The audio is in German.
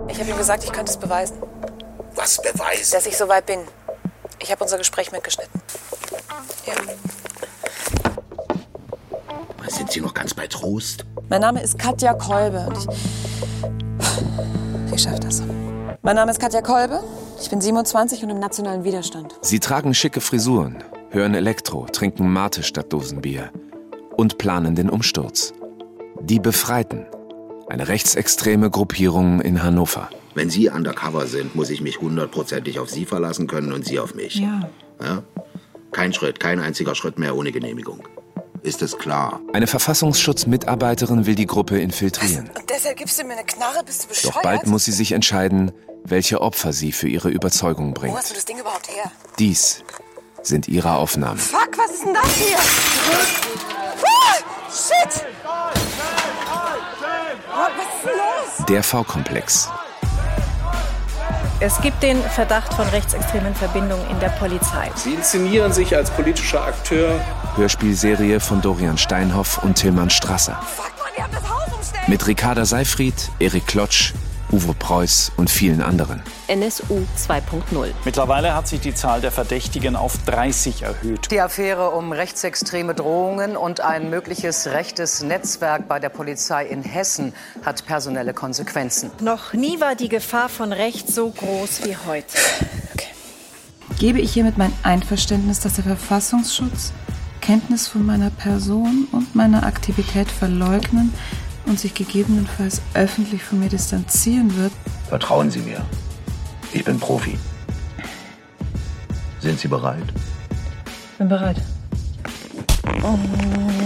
Ich habe ihm gesagt, ich könnte es beweisen. Was beweisen? Dass ich soweit bin. Ich habe unser Gespräch mitgeschnitten. Ja. Sind Sie noch ganz bei Trost? Mein Name ist Katja Kolbe und ich schaffe das. Mein Name ist Katja Kolbe. Ich bin 27 und im nationalen Widerstand. Sie tragen schicke Frisuren, hören Elektro, trinken Mate statt Dosenbier und planen den Umsturz. Die Befreiten. Eine rechtsextreme Gruppierung in Hannover. Wenn Sie undercover sind, muss ich mich 100%ig auf Sie verlassen können und Sie auf mich. Ja. Kein Schritt, kein einziger Schritt mehr ohne Genehmigung. Ist es klar? Eine Verfassungsschutzmitarbeiterin will die Gruppe infiltrieren. Und deshalb gibst du mir eine Knarre? Bist du bescheuert? Doch bald muss sie sich entscheiden, welche Opfer sie für ihre Überzeugung bringt. Wo hast du das Ding überhaupt her? Dies sind ihre Aufnahmen. Fuck, was ist denn das hier? Shit! Was ist denn los? Der V-Komplex. Es gibt den Verdacht von rechtsextremen Verbindungen in der Polizei. Sie inszenieren sich als politischer Akteur. Hörspielserie von Dorian Steinhoff und Tilman Strasser. Fuck, Mann, wir haben das Haus umstellt. Mit Ricarda Seyfried, Erik Klotsch, Uwe Preuß und vielen anderen. NSU 2.0. Mittlerweile hat sich die Zahl der Verdächtigen auf 30 erhöht. Die Affäre um rechtsextreme Drohungen und ein mögliches rechtes Netzwerk bei der Polizei in Hessen hat personelle Konsequenzen. Noch nie war die Gefahr von rechts so groß wie heute. Okay. Gebe ich hiermit mein Einverständnis, dass der Verfassungsschutz Kenntnis von meiner Person und meiner Aktivität verleugnen und sich gegebenenfalls öffentlich von mir distanzieren wird? Vertrauen Sie mir. Ich bin Profi. Sind Sie bereit? Bin bereit. Oh.